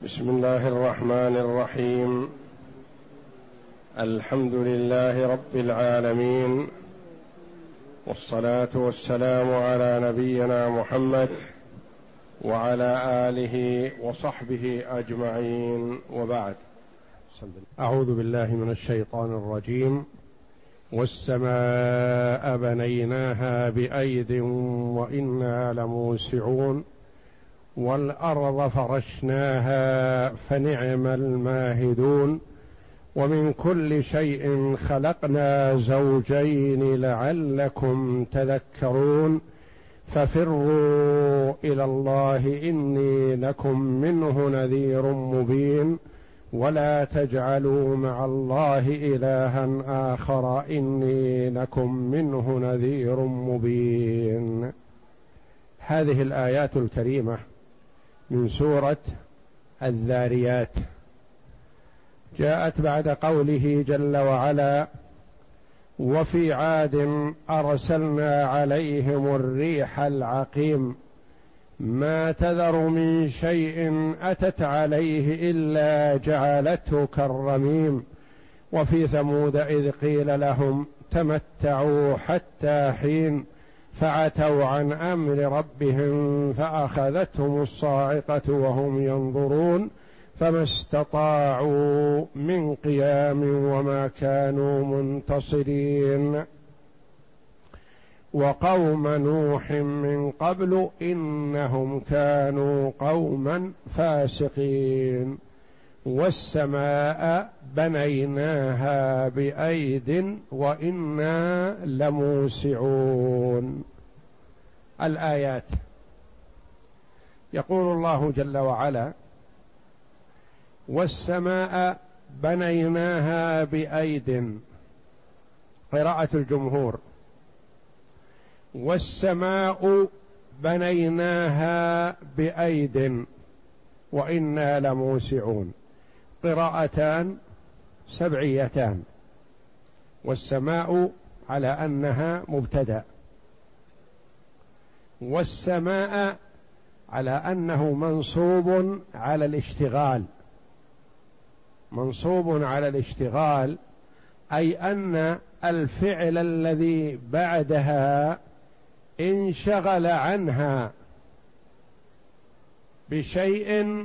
بسم الله الرحمن الرحيم. الحمد لله رب العالمين، والصلاة والسلام على نبينا محمد وعلى آله وصحبه أجمعين، وبعد. أعوذ بالله من الشيطان الرجيم. والسماء بنيناها بأيد وإنا لموسعون، والأرض فرشناها فنعم الماهدون، ومن كل شيء خلقنا زوجين لعلكم تذكرون، ففروا إلى الله إني لكم منه نذير مبين، ولا تجعلوا مع الله إلها آخر إني لكم منه نذير مبين. هذه الآيات الكريمة من سورة الذاريات جاءت بعد قوله جل وعلا: وفي عاد أرسلنا عليهم الريح العقيم ما تذر من شيء أتت عليه إلا جعلته كالرميم، وفي ثمود إذ قيل لهم تمتعوا حتى حين فعتوا عن أمر ربهم فأخذتهم الصاعقة وهم ينظرون فما استطاعوا من قيام وما كانوا منتصرين. وقوم نوح من قبل إنهم كانوا قوما فاسقين. والسماء بنيناها بأيد وإنا لموسعون. الآيات. يقول الله جل وعلا: والسماء بنيناها بأيد، قراءة الجمهور. والسماء بنيناها بأيد وإنا لموسعون، قراءتان سبعيتان. والسماء على أنها مبتدأ، والسماء على أنه منصوب على الاشتغال. منصوب على الاشتغال أي أن الفعل الذي بعدها انشغل عنها بشيء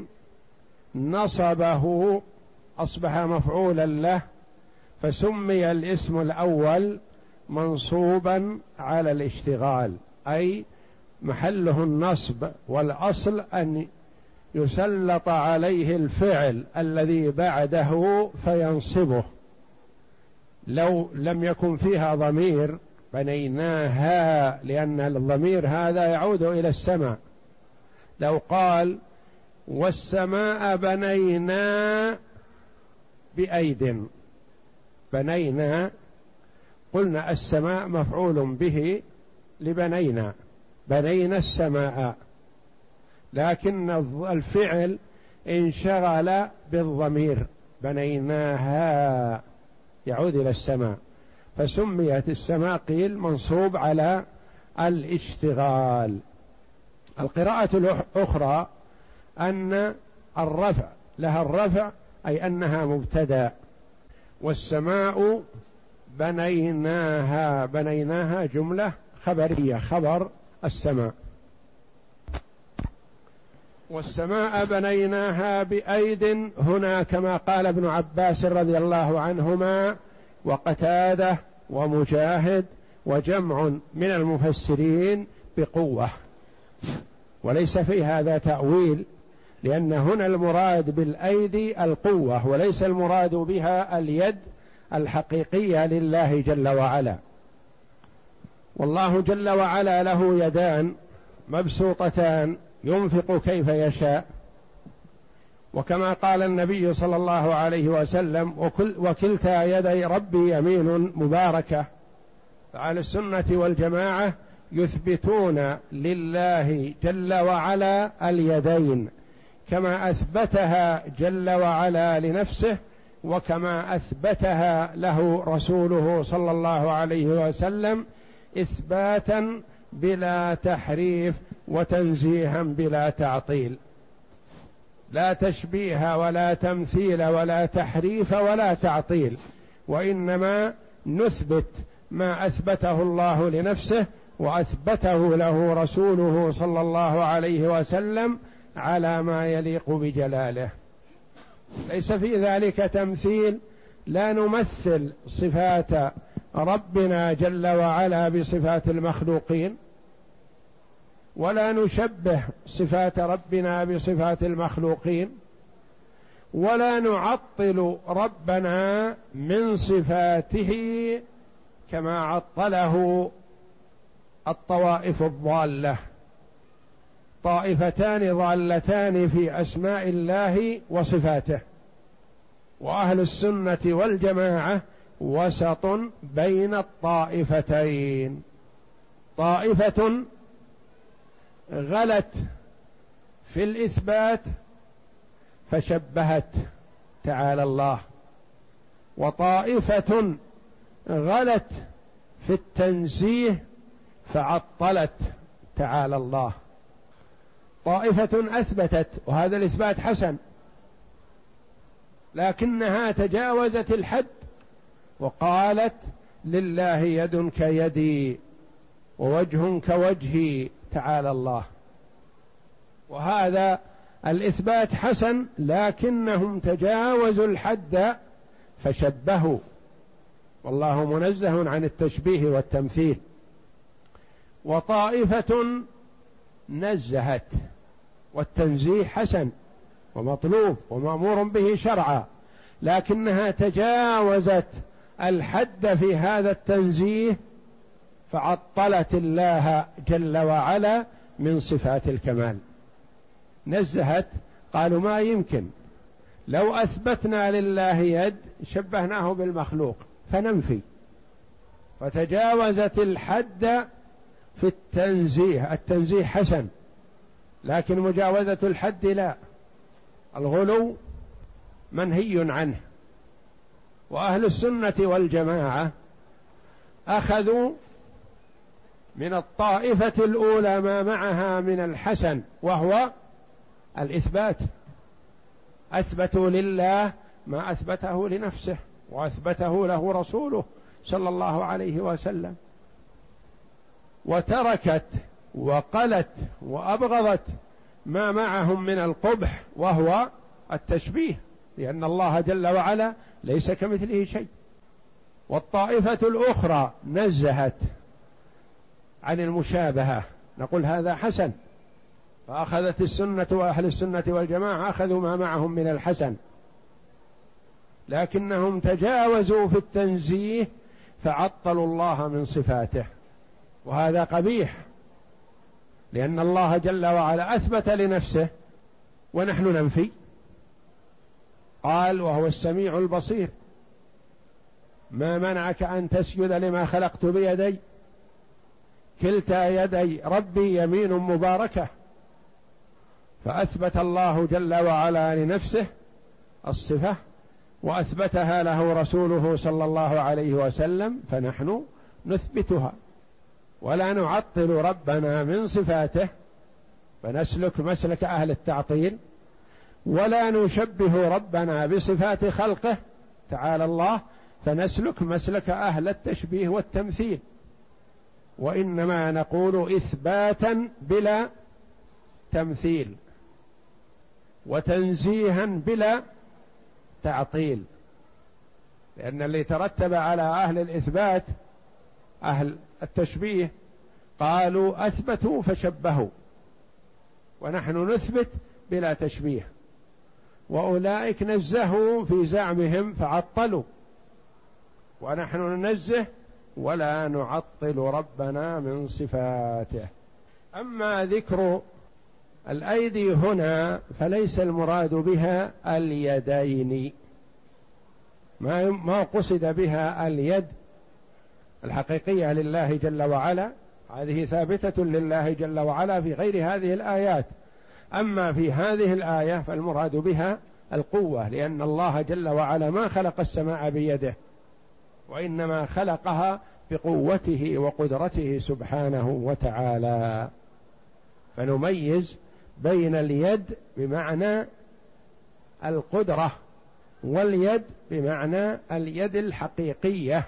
نصبه أصبح مفعولا له، فسمي الاسم الأول منصوبا على الاشتغال، أي محله النصب، والأصل أن يسلط عليه الفعل الذي بعده فينصبه. لو لم يكن فيها ضمير بنيناها، لأن الضمير هذا يعود إلى السماء. لو قال والسماء بنينا بأيد، بنينا، قلنا السماء مفعول به لبنينا، بنينا السماء، لكن الفعل انشغل بالضمير بنيناها يعود إلى السماء، فسميت السماء قيل منصوب على الاشتغال. القراءة الأخرى أن الرفع لها الرفع، أي أنها مبتدأ. والسماء بنيناها، بنيناها جملة خبرية، خبر السماء. والسماء بنيناها بأيد هنا كما قال ابن عباس رضي الله عنهما وقتادة ومجاهد وجمع من المفسرين بقوة، وليس في هذا تأويل، لأن هنا المراد بالأيدي القوة، وليس المراد بها اليد الحقيقية لله جل وعلا. والله جل وعلا له يدان مبسوطتان ينفق كيف يشاء، وكما قال النبي صلى الله عليه وسلم: وكلتا يدي ربي يمين مباركة. فأهل السنة والجماعة يثبتون لله جل وعلا اليدين كما أثبتها جل وعلا لنفسه، وكما أثبتها له رسوله صلى الله عليه وسلم إثباتا بلا تحريف وتنزيها بلا تعطيل. لا تشبيه ولا تمثيل ولا تحريف ولا تعطيل، وإنما نثبت ما أثبته الله لنفسه وأثبته له رسوله صلى الله عليه وسلم على ما يليق بجلاله. ليس في ذلك تمثيل، لا نمثل صفات ربنا جل وعلا بصفات المخلوقين، ولا نشبه صفات ربنا بصفات المخلوقين، ولا نعطل ربنا من صفاته كما عطله الطوائف الضالة. طائفتان ضالتان في أسماء الله وصفاته، وأهل السنة والجماعة وسط بين الطائفتين. طائفة غلت في الإثبات فشبهت تعالى الله، وطائفة غلت في التنزيه فعطلت تعالى الله. طائفة أثبتت وهذا الإثبات حسن، لكنها تجاوزت الحد وقالت لله يد كيدي ووجه كوجهي تعالى الله، وهذا الإثبات حسن، لكنهم تجاوزوا الحد فشبهوا، والله منزه عن التشبيه والتمثيل. وطائفة نزهت، والتنزيه حسن ومطلوب ومأمور به شرعا، لكنها تجاوزت الحد في هذا التنزيه فعطلت الله جل وعلا من صفات الكمال. نزهت، قالوا ما يمكن، لو أثبتنا لله يد شبهناه بالمخلوق فننفي، فتجاوزت الحد في التنزيه. التنزيه حسن، لكن مجاوزة الحد لا، الغلو منهي عنه. وأهل السنة والجماعة أخذوا من الطائفة الأولى ما معها من الحسن وهو الإثبات، أثبتوا لله ما أثبته لنفسه وأثبته له رسوله صلى الله عليه وسلم، وتركت وقلت وأبغضت ما معهم من القبح وهو التشبيه، لأن الله جل وعلا ليس كمثله شيء. والطائفة الأخرى نزهت عن المشابهة، نقول هذا حسن، فأخذت السنة وأهل السنة والجماعة أخذوا ما معهم من الحسن، لكنهم تجاوزوا في التنزيه فعطلوا الله من صفاته، وهذا قبيح، لأن الله جل وعلا أثبت لنفسه ونحن ننفي. قال وهو السميع البصير: ما منعك أن تسجد لما خلقت بيدي، كلتا يدي ربي يمين مباركة. فأثبت الله جل وعلا لنفسه الصفة وأثبتها له رسوله صلى الله عليه وسلم، فنحن نثبتها ولا نعطل ربنا من صفاته فنسلك مسلك أهل التعطيل، ولا نشبه ربنا بصفات خلقه تعالى الله فنسلك مسلك أهل التشبيه والتمثيل، وإنما نقول إثباتا بلا تمثيل وتنزيها بلا تعطيل، لأن اللي ترتب على أهل الإثبات أهل التشبيه قالوا أثبتوا فشبهوا، ونحن نثبت بلا تشبيه، وأولئك نزهوا في زعمهم فعطلوا، ونحن ننزه ولا نعطل ربنا من صفاته. أما ذكر الأيدي هنا فليس المراد بها اليدين، ما قصد بها اليد الحقيقية لله جل وعلا، هذه ثابتة لله جل وعلا في غير هذه الآيات. أما في هذه الآية فالمراد بها القوة، لأن الله جل وعلا ما خلق السماء بيده، وإنما خلقها بقوته وقدرته سبحانه وتعالى. فنميز بين اليد بمعنى القدرة، واليد بمعنى اليد الحقيقية،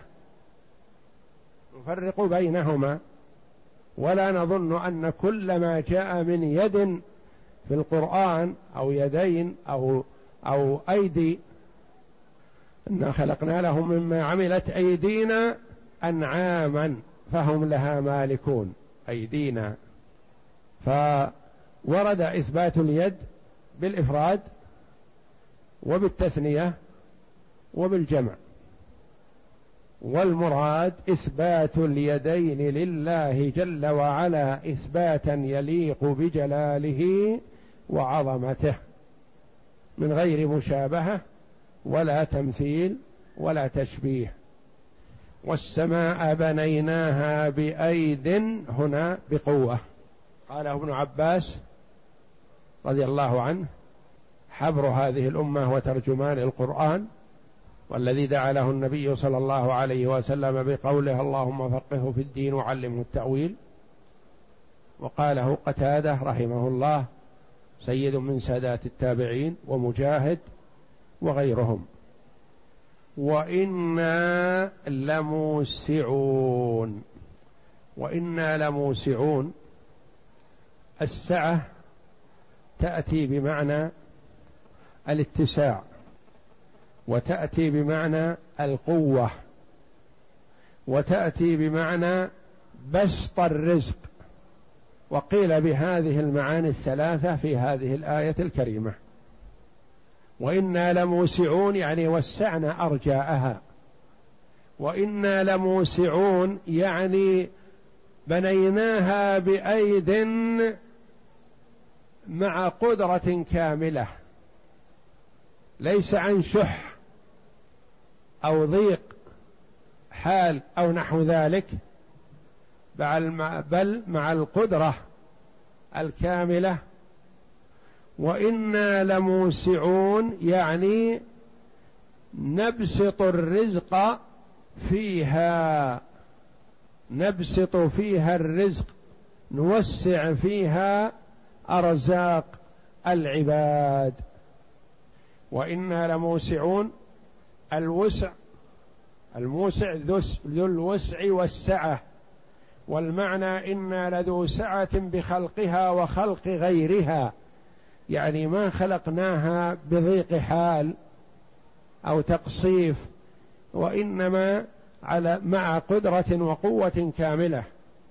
نفرق بينهما، ولا نظن أن كل ما جاء من يد في القرآن أو يدين أو أيدي إنا خلقنا لهم مما عملت أيدينا أنعاما فهم لها مالكون، أيدينا. فورد إثبات اليد بالإفراد وبالتثنية وبالجمع، والمراد إثبات اليدين لله جل وعلا إثباتا يليق بجلاله وعظمته من غير مشابهة ولا تمثيل ولا تشبيه. والسماء بنيناها بأيد، هنا بقوة. قاله ابن عباس رضي الله عنه حبر هذه الأمة وترجمان القرآن، والذي دعا له النبي صلى الله عليه وسلم بقوله اللهم فقهه في الدين وعلمه التأويل. وقاله قتادة رحمه الله سيد من سادات التابعين ومجاهد وغيرهم. وإنا لموسعون، وإنا لموسعون، السعة تأتي بمعنى الاتساع، وتأتي بمعنى القوة، وتأتي بمعنى بسط الرزق، وقيل بهذه المعاني الثلاثة في هذه الآية الكريمة. وإنا لموسعون يعني وسعنا أرجاءها، وإنا لموسعون يعني بنيناها بأيد مع قدرة كاملة، ليس عن شح أو ضيق حال أو نحو ذلك، بل مع القدرة الكاملة. وإنا لموسعون يعني نبسط الرزق فيها، نبسط فيها الرزق، نوسع فيها أرزاق العباد. وإنا لموسعون، الوسع، الموسع ذو الوسع والسعة، والمعنى إنا لذو سعة بخلقها وخلق غيرها، يعني ما خلقناها بضيق حال أو تقصيف، وإنما مع قدرة وقوة كاملة.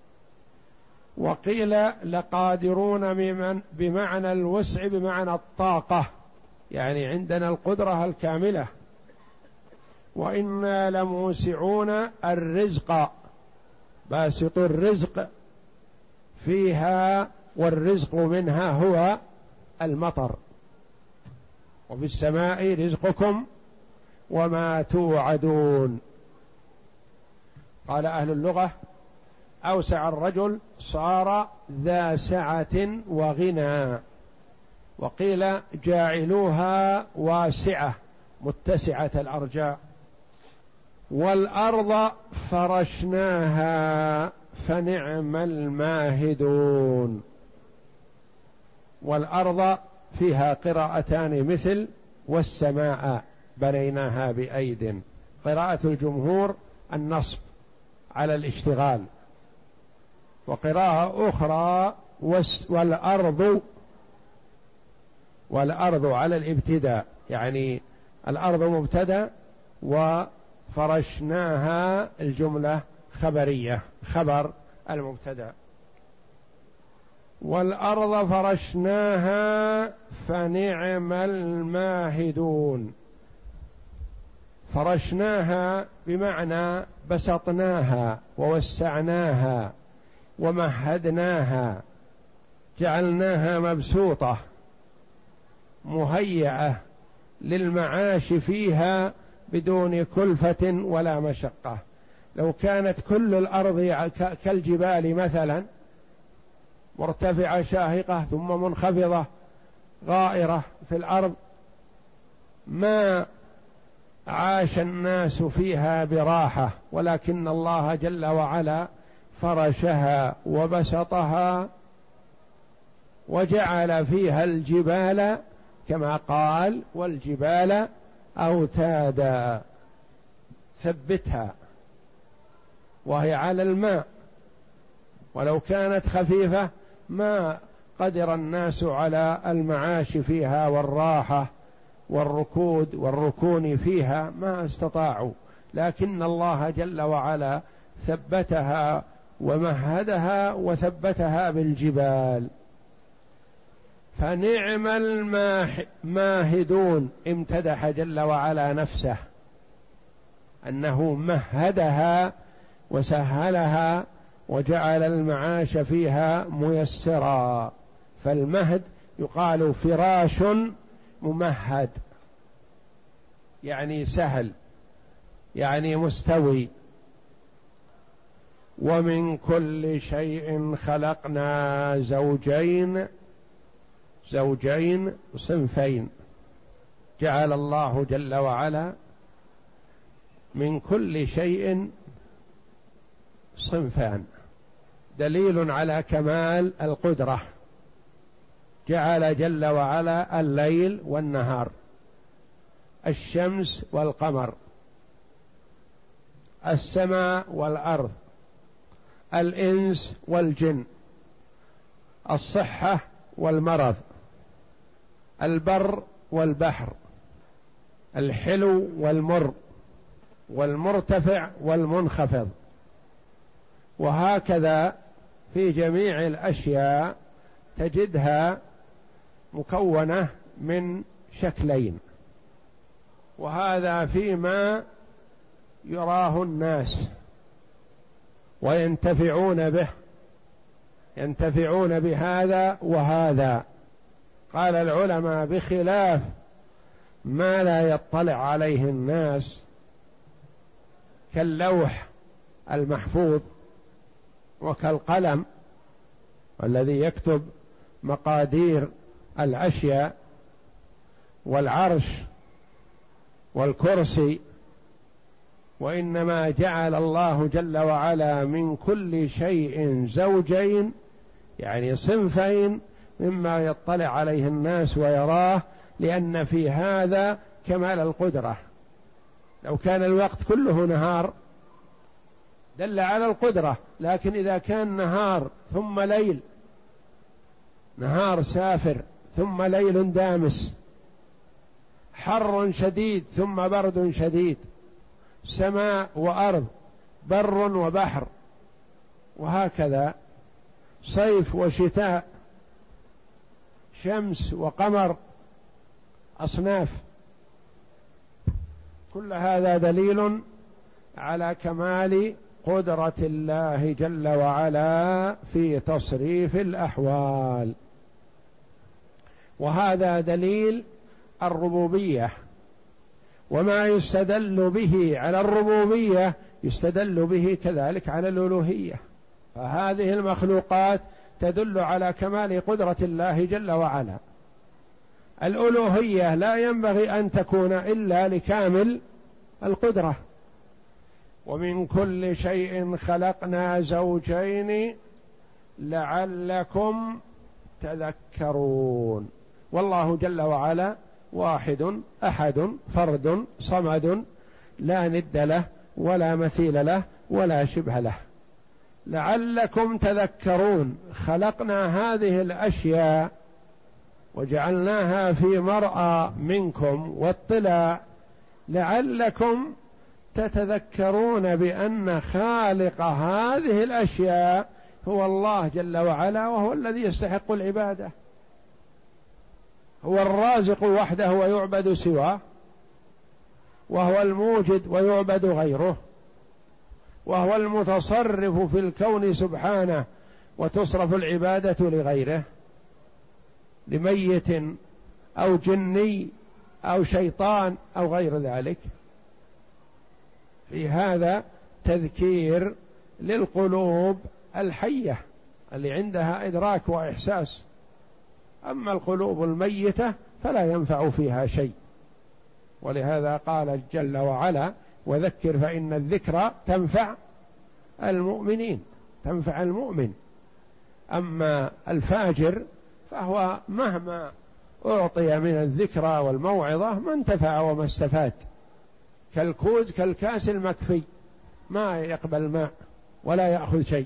وقيل لقادرون بمعنى الوسع بمعنى الطاقة، يعني عندنا القدرة الكاملة. وإنا لموسعون الرزق، باسط الرزق فيها، والرزق منها هو المطر. وفي السماء رزقكم وما توعدون. قال أهل اللغة أوسع الرجل صار ذا سعة وغنى، وقيل جاعلوها واسعة متسعة الأرجاء. والأرض فرشناها فنعم الماهدون. والأرض فيها قراءتان مثل والسماء بنيناها بأيد، قراءة الجمهور النصب على الاشتغال، وقراءة أخرى والأرض على الابتداء، يعني الأرض مبتدأ وفرشناها الجملة خبرية، خبر المبتدأ. والأرض فرشناها فنعم الماهدون. فرشناها بمعنى بسطناها ووسعناها ومهدناها، جعلناها مبسوطة مهيئة للمعاش فيها بدون كلفة ولا مشقة. لو كانت كل الأرض كالجبال مثلا، مرتفعة شاهقة ثم منخفضة غائرة في الأرض، ما عاش الناس فيها براحة، ولكن الله جل وعلا فرشها وبسطها وجعل فيها الجبال كما قال والجبال أوتادا، ثبتها وهي على الماء، ولو كانت خفيفة ما قدر الناس على المعاش فيها والراحة والركود والركون فيها، ما استطاعوا، لكن الله جل وعلا ثبتها ومهدها وثبتها بالجبال. فنعم الماهدون، امتدح جل وعلا نفسه أنه مهدها وسهلها وجعل المعاش فيها ميسرا. فالمهد يقال فراش ممهد، يعني سهل، يعني مستوي. ومن كل شيء خلقنا زوجين صنفين، جعل الله جل وعلا من كل شيء صنفان، دليل على كمال القدرة. جعل جل وعلا الليل والنهار، الشمس والقمر، السماء والأرض، الإنس والجن، الصحة والمرض، البر والبحر، الحلو والمر، والمرتفع والمنخفض. وهكذا في جميع الأشياء تجدها مكونة من شكلين، وهذا فيما يراه الناس وينتفعون به، ينتفعون بهذا وهذا. قال العلماء بخلاف ما لا يطلع عليه الناس كاللوح المحفوظ وكالقلم الذي يكتب مقادير الأشياء، والعرش والكرسي. وإنما جعل الله جل وعلا من كل شيء زوجين، يعني صنفين مما يطلع عليه الناس ويراه، لأن في هذا كمال القدرة. لو كان الوقت كله نهار دل على القدرة، لكن إذا كان نهار ثم ليل، نهار سافر ثم ليل دامس، حر شديد ثم برد شديد، سماء وأرض، بر وبحر، وهكذا صيف وشتاء، شمس وقمر، أصناف، كل هذا دليل على كمال قدرة الله جل وعلا في تصريف الأحوال. وهذا دليل الربوبية، وما يستدل به على الربوبية يستدل به كذلك على الألوهية. فهذه المخلوقات تدل على كمال قدرة الله جل وعلا. الألوهية لا ينبغي أن تكون إلا لكامل القدرة. ومن كل شيء خلقنا زوجين لعلكم تذكرون. والله جل وعلا واحد أحد فرد صمد، لا ند له ولا مثيل له ولا شبه له. لعلكم تذكرون، خلقنا هذه الأشياء وجعلناها في مرأى منكم واطلاع لعلكم تتذكرون بأن خالق هذه الأشياء هو الله جل وعلا، وهو الذي يستحق العبادة، هو الرازق وحده ويعبد سواه، وهو الموجد ويعبد غيره، وهو المتصرف في الكون سبحانه وتصرف العبادة لغيره، لميت أو جني أو شيطان أو غير ذلك. في هذا تذكير للقلوب الحية اللي عندها إدراك وإحساس، أما القلوب الميتة فلا ينفع فيها شيء. ولهذا قال جل وعلا: وذكر فإن الذكرى تنفع المؤمنين، تنفع المؤمن. أما الفاجر فهو مهما أعطي من الذكرى والموعظة ما انتفع وما استفاد، كالكوز كالكاس المكفي ما يقبل ماء ولا يأخذ شيء.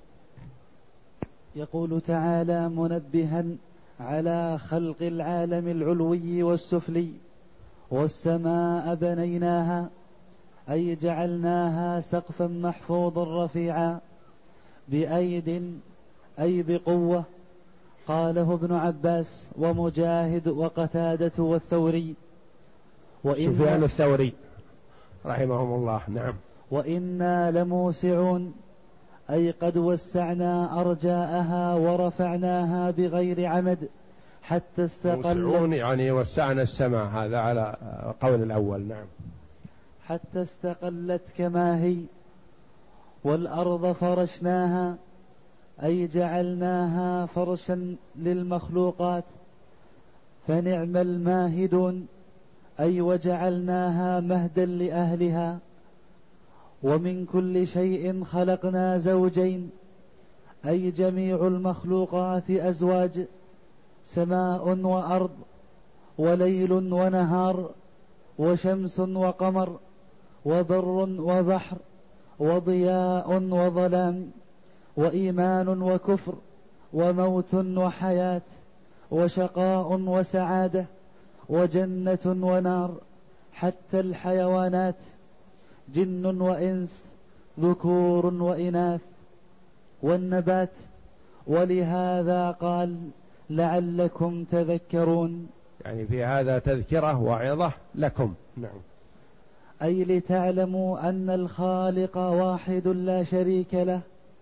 يقول تعالى منبها على خلق العالم العلوي والسفلي: والسماء بنيناها، أي جعلناها سقفا محفوظا رفيعا، بأيد أي بقوة. قاله ابن عباس ومجاهد وقتادة والثوري. سفيان الثوري رحمهم الله. نعم. وإنا لموسعون، أي قد وسعنا أرجاءها ورفعناها بغير عمد حتى استقلت. موسعون يعني وسعنا السماء، هذا على قول الأول. نعم. حتى استقلت كما هي. والأرض فرشناها، أي جعلناها فرشا للمخلوقات، فنعم الماهدون، أي وجعلناها مهدا لأهلها. ومن كل شيء خلقنا زوجين، أي جميع المخلوقات أزواج، سماء وأرض، وليل ونهار، وشمس وقمر، وبر وبحر، وضياء وظلام، وإيمان وكفر، وموت وحياة، وشقاء وسعادة، وجنة ونار، حتى الحيوانات، جن وإنس، ذكور وإناث، والنبات. ولهذا قال: لعلكم تذكرون، يعني في هذا تذكرة وعظة لكم. نعم. أي لتعلموا أن الخالق واحد لا شريك له،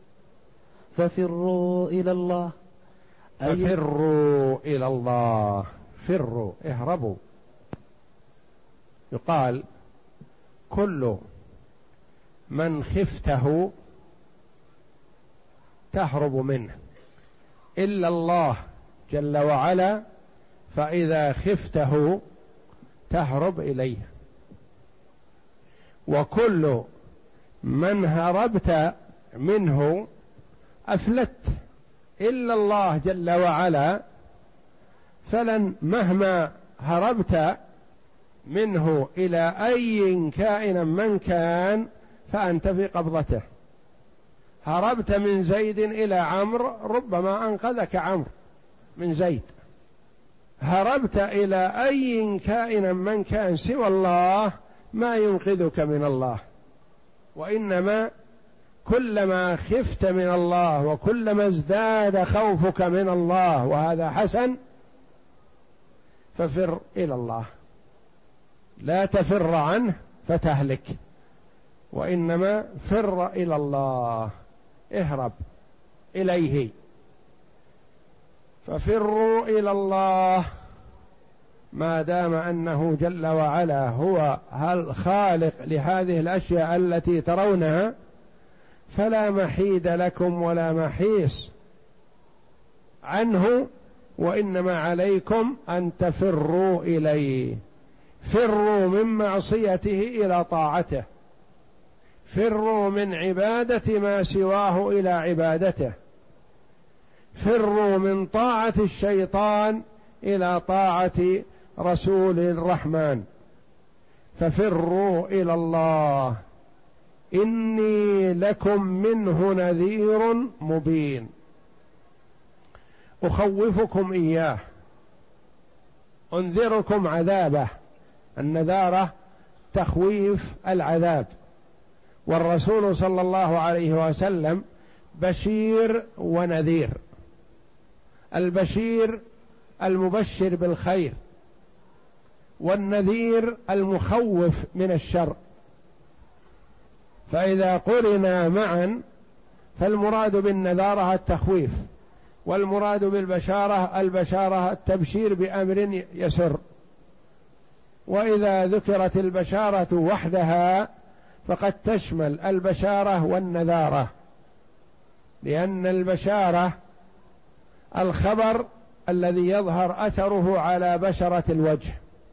ففروا إلى الله. ففروا إلى الله، فروا اهربوا. يقال: كل من خفته تهرب منه إلا الله جل وعلا، فإذا خفته تهرب إليه. وكل من هربت منه أفلت إلا الله جل وعلا، فلن مهما هربت منه إلى أي كائن من كان فأنت في قبضته. هربت من زيد إلى عمرو، ربما أنقذك عمرو من زيد. هربت إلى أي كائن من كان سوى الله ما ينقذك من الله. وإنما كلما خفت من الله وكلما ازداد خوفك من الله، وهذا حسن، ففر إلى الله، لا تفر عنه فتهلك، وإنما فر إلى الله، اهرب إليه. ففروا إلى الله ما دام أنه جل وعلا هو الخالق لهذه الأشياء التي ترونها، فلا محيد لكم ولا محيص عنه، وإنما عليكم أن تفروا إليه. فروا من معصيته إلى طاعته، فروا من عبادة ما سواه إلى عبادته، فروا من طاعة الشيطان إلى طاعة رسول الرحمن. ففروا إلى الله إني لكم منه نذير مبين. أخوفكم إياه، أنذركم عذابه. النذارة تخويف العذاب، والرسول صلى الله عليه وسلم بشير ونذير. البشير المبشر بالخير، والنذير المخوف من الشر. فإذا قرنا معا فالمراد بالنذارة التخويف، والمراد بالبشارة البشارة التبشير بأمر يسر. وإذا ذكرت البشارة وحدها فقد تشمل البشارة والنذارة، لأن البشارة الخبر الذي يظهر أثره على بشرة الوجه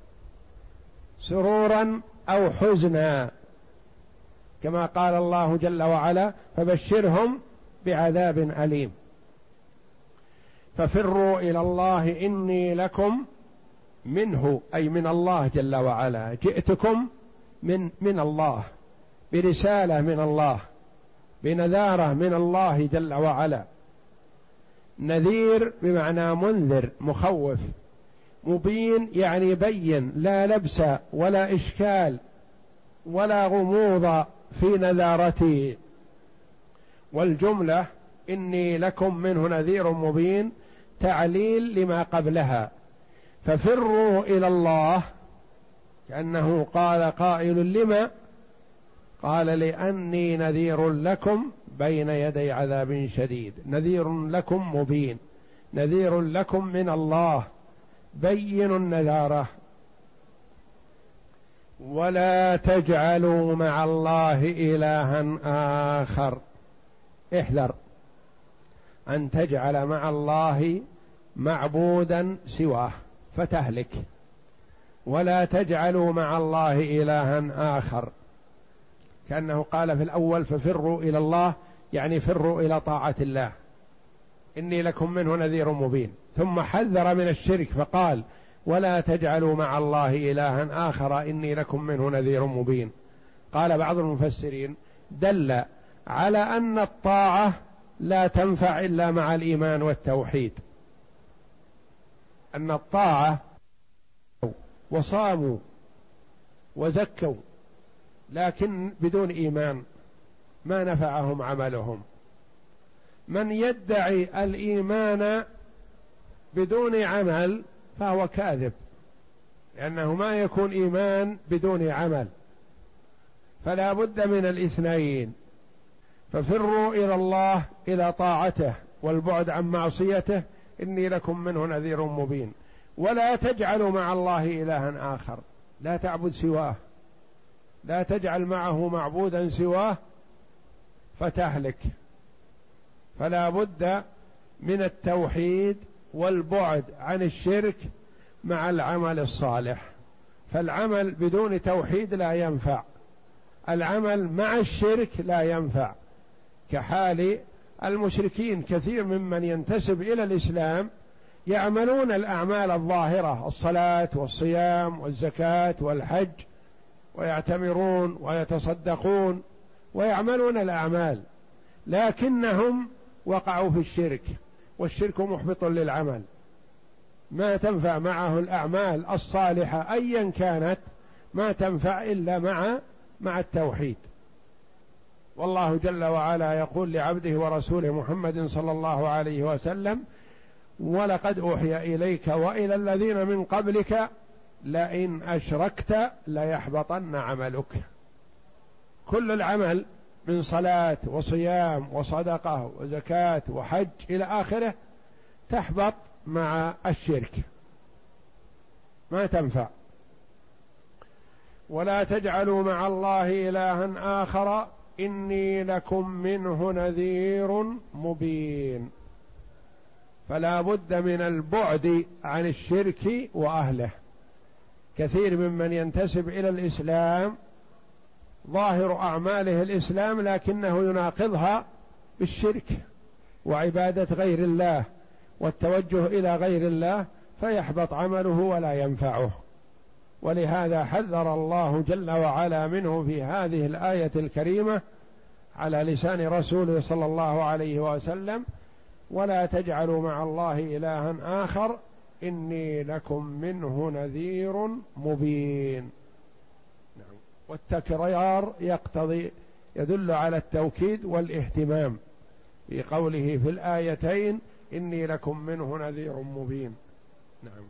سرورا أو حزنا، كما قال الله جل وعلا: فبشرهم بعذاب أليم. ففروا إلى الله إني لكم منه أي من الله جل وعلا، جئتكم من الله برسالة من الله، بنذارة من الله جل وعلا. نذير بمعنى منذر مخوف، مبين يعني بين، لا لبس ولا إشكال ولا غموض في نذارتي. والجملة إني لكم منه نذير مبين تعليل لما قبلها، ففروا إلى الله، كأنه قال قائل لما؟ قال لأني نذير لكم بين يدي عذاب شديد، نذير لكم مبين، نذير لكم من الله بين النذارة. ولا تجعلوا مع الله إلها آخر، احذر أن تجعل مع الله معبودا سواه فتهلك. ولا تجعلوا مع الله إلها آخر، كأنه قال في الأول ففروا إلى الله، يعني فروا إلى طاعة الله، إني لكم منه نذير مبين، ثم حذر من الشرك فقال ولا تجعلوا مع الله إلها آخر إني لكم منه نذير مبين. قال بعض المفسرين دل على أن الطاعة لا تنفع إلا مع الإيمان والتوحيد، أن الطاعة وصاموا وزكوا لكن بدون إيمان ما نفعهم عملهم. من يدعي الإيمان بدون عمل فهو كاذب، لأنه ما يكون إيمان بدون عمل، فلا بد من الاثنين. ففروا إلى الله إلى طاعته والبعد عن معصيته، إني لكم منه نذير مبين. ولا تجعلوا مع الله إلها آخر، لا تعبد سواه، لا تجعل معه معبودا سواه فتهلك. فلا بد من التوحيد والبعد عن الشرك مع العمل الصالح، فالعمل بدون توحيد لا ينفع، العمل مع الشرك لا ينفع، كحال المشركين. كثير ممن ينتسب إلى الإسلام يعملون الأعمال الظاهرة، الصلاة والصيام والزكاة والحج، ويعتمرون ويتصدقون ويعملون الأعمال، لكنهم وقعوا في الشرك، والشرك محبط للعمل، ما تنفع معه الأعمال الصالحة أيا كانت، ما تنفع إلا مع التوحيد. والله جل وعلا يقول لعبده ورسوله محمد صلى الله عليه وسلم ولقد أوحي إليك وإلى الذين من قبلك لئن أشركت ليحبطن عملك. كل العمل من صلاة وصيام وصدقة وزكاة وحج إلى آخره تحبط مع الشرك، ما تنفع. ولا تجعلوا مع الله إلها آخر إني لكم منه نذير مبين. فلا بد من البعد عن الشرك وأهله. كثير ممن ينتسب إلى الإسلام ظاهر أعماله الإسلام، لكنه يناقضها بالشرك وعبادة غير الله والتوجه إلى غير الله، فيحبط عمله ولا ينفعه. ولهذا حذر الله جل وعلا منه في هذه الآية الكريمة على لسان رسوله صلى الله عليه وسلم: ولا تجعلوا مع الله إلها آخر إني لكم منه نذير مبين. نعم. والتكرار يدل على التوكيد والاهتمام في قوله في الآيتين إني لكم منه نذير مبين. نعم.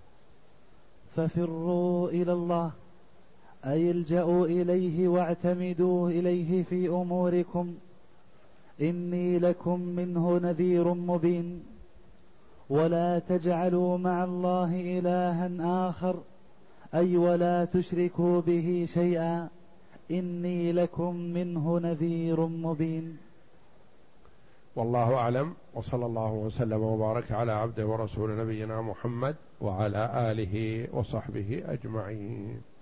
ففروا إلى الله أي الجأوا إليه واعتمدوا إليه في أموركم، إني لكم منه نذير مبين. ولا تجعلوا مع الله إلها آخر أي ولا تشركوا به شيئا، إني لكم منه نذير مبين. والله أعلم، وصلى الله وسلم وبارك على عبده ورسول نبينا محمد وعلى آله وصحبه أجمعين.